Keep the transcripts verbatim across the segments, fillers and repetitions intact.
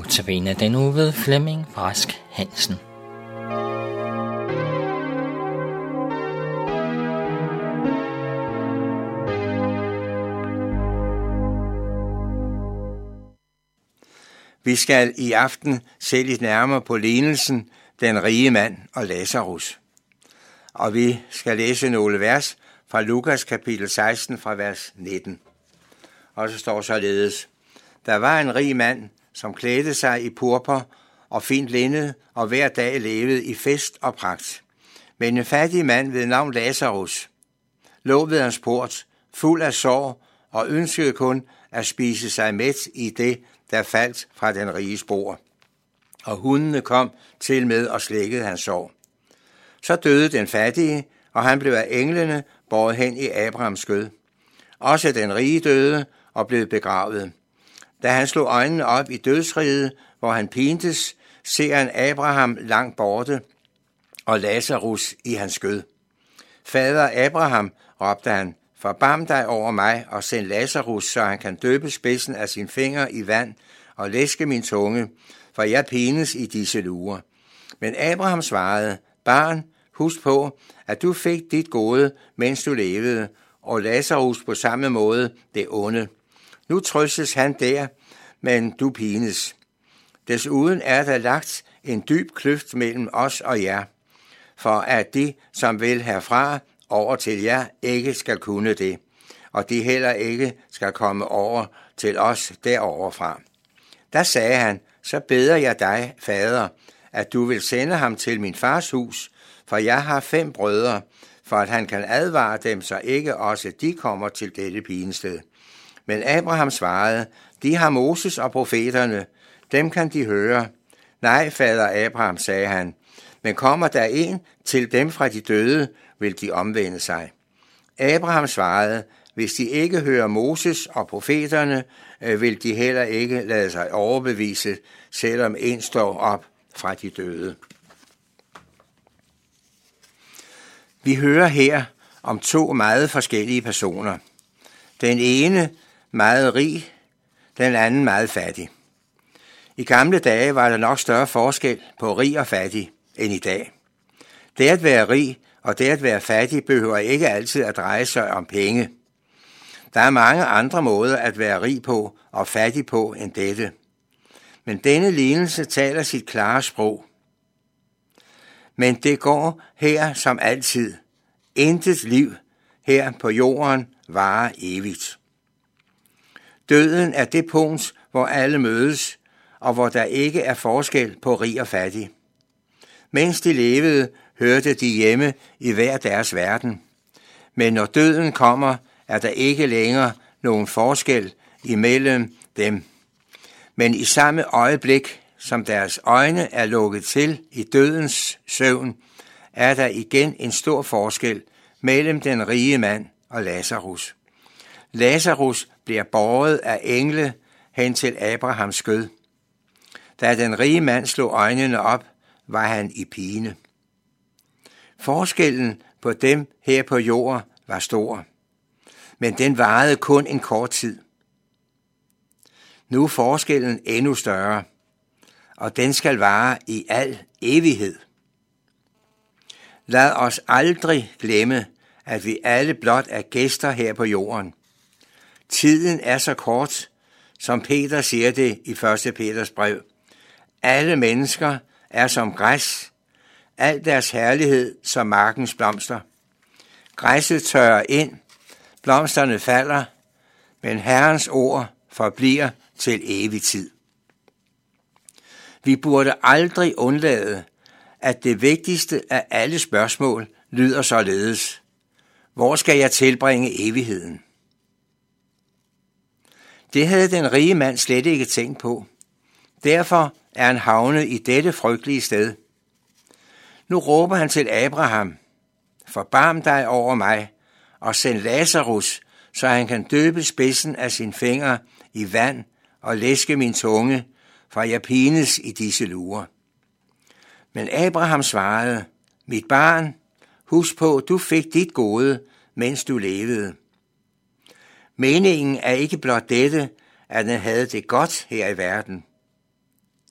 Notabene den uge ved Flemming Rask Hansen. Vi skal i aften se lidt nærmere på lignelsen Den rige mand og Lazarus. Og vi skal læse nogle vers fra Lukas kapitel seksten fra vers nitten. Og så står således: Der var en rig mand, som klædte sig i purpur og fint linned, og hver dag levede i fest og pragt. Men en fattig mand ved navn Lazarus lå ved hans port, fuld af sorg, og ønskede kun at spise sig mæt i det, der faldt fra den riges bord. Og hundene kom til med og slækkede hans sorg. Så døde den fattige, og han blev af englene båret hen i Abrahams skød. Også den rige døde og blev begravet. Da han slog øjnene op i dødsriget, hvor han pintes, ser han Abraham langt borte og Lazarus i hans skød. Fader Abraham, råbte han, forbarm dig over mig og send Lazarus, så han kan døbe spidsen af sin finger i vand og læske min tunge, for jeg pines i disse lurer. Men Abraham svarede, barn, husk på, at du fik dit gode, mens du levede, og Lazarus på samme måde det onde. Nu trøstes han der, men du pines. Desuden er der lagt en dyb kløft mellem os og jer, for at de, som vil herfra over til jer, ikke skal kunne det, og de heller ikke skal komme over til os deroverfra. Der sagde han, så beder jeg dig, fader, at du vil sende ham til min fars hus, for jeg har fem brødre, for at han kan advare dem, så ikke også de kommer til dette pinested. Men Abraham svarede, de har Moses og profeterne, dem kan de høre. Nej, fader Abraham, sagde han, men kommer der en til dem fra de døde, vil de omvende sig. Abraham svarede, hvis de ikke hører Moses og profeterne, vil de heller ikke lade sig overbevise, selvom en står op fra de døde. Vi hører her om to meget forskellige personer. Den ene meget rig, den anden meget fattig. I gamle dage var der nok større forskel på rig og fattig end i dag. Det at være rig og det at være fattig behøver ikke altid at dreje sig om penge. Der er mange andre måder at være rig på og fattig på end dette. Men denne lignelse taler sit klare sprog. Men det går her som altid. Intet liv her på jorden varer evigt. Døden er det punkt, hvor alle mødes, og hvor der ikke er forskel på rig og fattig. Mens de levede, hørte de hjemme i hver deres verden. Men når døden kommer, er der ikke længere nogen forskel imellem dem. Men i samme øjeblik, som deres øjne er lukket til i dødens søvn, er der igen en stor forskel mellem den rige mand og Lazarus. Lazarus bliver båret af engle hen til Abrahams skød. Da den rige mand slog øjnene op, var han i pine. Forskellen på dem her på jorden var stor, men den varede kun en kort tid. Nu er forskellen endnu større, og den skal vare i al evighed. Lad os aldrig glemme, at vi alle blot er gæster her på jorden. Tiden er så kort, som Peter siger det i første Peters brev. Alle mennesker er som græs, al deres herlighed som markens blomster. Græsset tørrer ind, blomsterne falder, men Herrens ord forbliver til evig tid. Vi burde aldrig undlade, at det vigtigste af alle spørgsmål lyder således: hvor skal jeg tilbringe evigheden? Det havde den rige mand slet ikke tænkt på. Derfor er han havnet i dette frygtelige sted. Nu råber han til Abraham, forbarm dig over mig, og send Lazarus, så han kan døbe spidsen af sin finger i vand og læske min tunge, for jeg pines i disse lurer. Men Abraham svarede, mit barn, husk på, du fik dit gode, mens du levede. Meningen er ikke blot dette, at han havde det godt her i verden.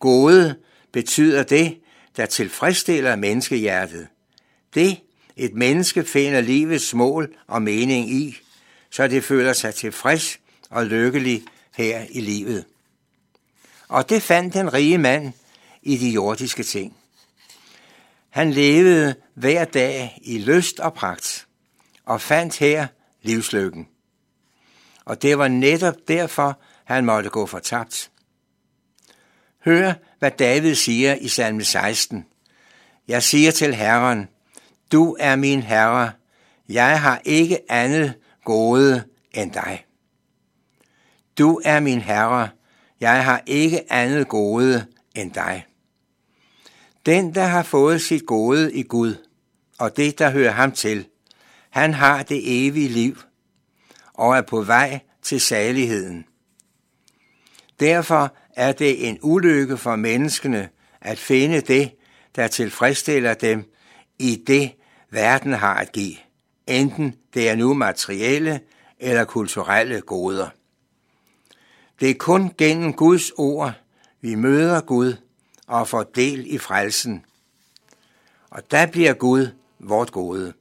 Gode betyder det, der tilfredsstiller menneskehjertet. Det, et menneske finder livets mål og mening i, så det føler sig tilfreds og lykkelig her i livet. Og det fandt den rige mand i de jordiske ting. Han levede hver dag i lyst og pragt, og fandt her livslykken. Og det var netop derfor, han måtte gå fortabt. Hør, hvad David siger i salme seksten. Jeg siger til Herren, du er min Herre, jeg har ikke andet gode end dig. Du er min Herre, jeg har ikke andet gode end dig. Den, der har fået sit gode i Gud, og det, der hører ham til, han har det evige liv og er på vej til saligheden. Derfor er det en ulykke for menneskene at finde det, der tilfredsstiller dem i det, verden har at give, enten det er nu materielle eller kulturelle goder. Det er kun gennem Guds ord, vi møder Gud og får del i frelsen. Og der bliver Gud vort gode.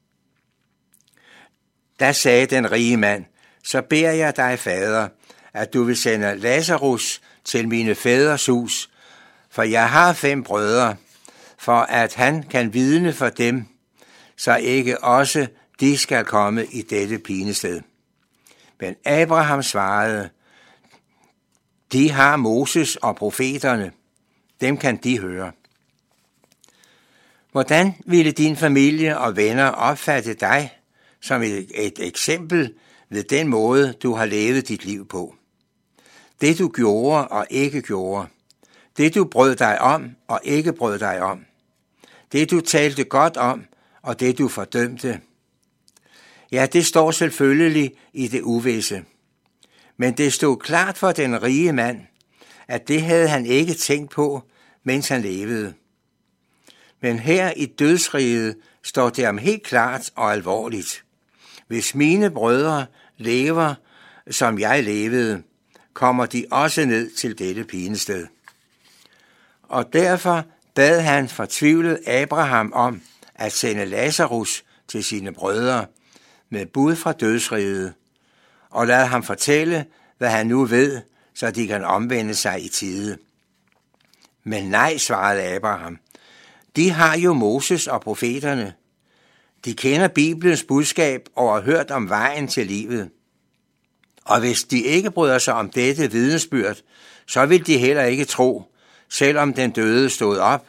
Da sagde den rige mand, så beder jeg dig, fader, at du vil sende Lazarus til mine fædres hus, for jeg har fem brødre, for at han kan vidne for dem, så ikke også de skal komme i dette pinested. Men Abraham svarede, de har Moses og profeterne, dem kan de høre. Hvordan ville din familie og venner opfatte dig som et, et eksempel ved den måde, du har levet dit liv på? Det du gjorde og ikke gjorde. Det du brød dig om og ikke brød dig om. Det du talte godt om og det du fordømte. Ja, det står selvfølgelig i det uvisse. Men det stod klart for den rige mand, at det havde han ikke tænkt på, mens han levede. Men her i dødsriget står det ham helt klart og alvorligt. Hvis mine brødre lever, som jeg levede, kommer de også ned til dette pinested. Og derfor bad han fortvivlet Abraham om at sende Lazarus til sine brødre med bud fra dødsriget, og lad ham fortælle, hvad han nu ved, så de kan omvende sig i tide. Men nej, svarede Abraham. De har jo Moses og profeterne. De kender Bibelens budskab og har hørt om vejen til livet. Og hvis de ikke bryder sig om dette vidnesbyrd, så vil de heller ikke tro, selvom den døde stod op.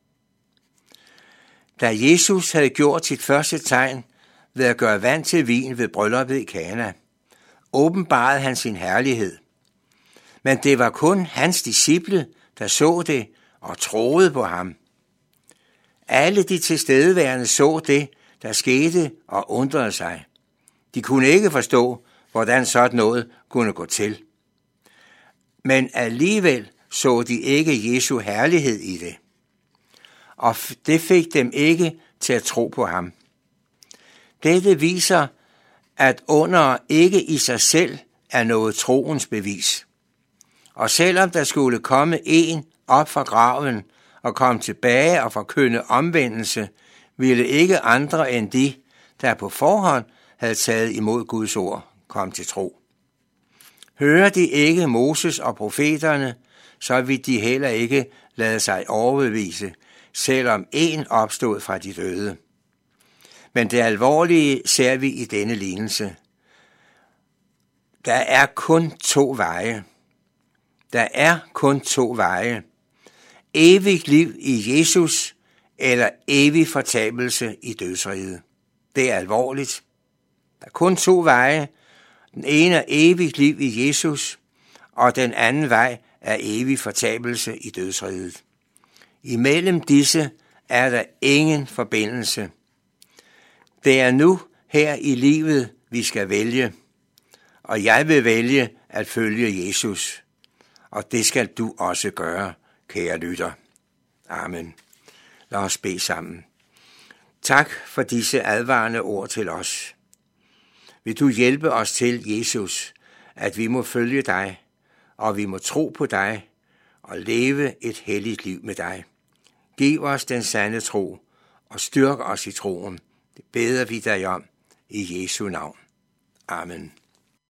Da Jesus havde gjort sit første tegn ved at gøre vand til vin ved brylluppet i Kana, åbenbarede han sin herlighed. Men det var kun hans disciple, der så det og troede på ham. Alle de tilstedeværende så det, der skete, og undrede sig. De kunne ikke forstå, hvordan sådan noget kunne gå til. Men alligevel så de ikke Jesu herlighed i det. Og det fik dem ikke til at tro på ham. Dette viser, at under ikke i sig selv er noget troens bevis. Og selvom der skulle komme en op fra graven og komme tilbage og forkynde omvendelse, ville ikke andre end de, der på forhånd havde taget imod Guds ord, komme til tro. Hører de ikke Moses og profeterne, så vil de heller ikke lade sig overbevise, selvom en opstod fra de døde. Men det alvorlige ser vi i denne lignelse. Der er kun to veje. Der er kun to veje. Evigt liv i Jesus eller evig fortabelse i dødsriget. Det er alvorligt. Der er kun to veje. Den ene er evigt liv i Jesus, og den anden vej er evig fortabelse i dødsriget. Imellem disse er der ingen forbindelse. Det er nu her i livet, vi skal vælge, og jeg vil vælge at følge Jesus. Og det skal du også gøre, kære lytter. Amen. Lad os bede sammen. Tak for disse advarende ord til os. Vil du hjælpe os til, Jesus, at vi må følge dig, og vi må tro på dig, og leve et helligt liv med dig. Giv os den sande tro og styrk os i troen. Det beder vi dig om i Jesu navn. Amen.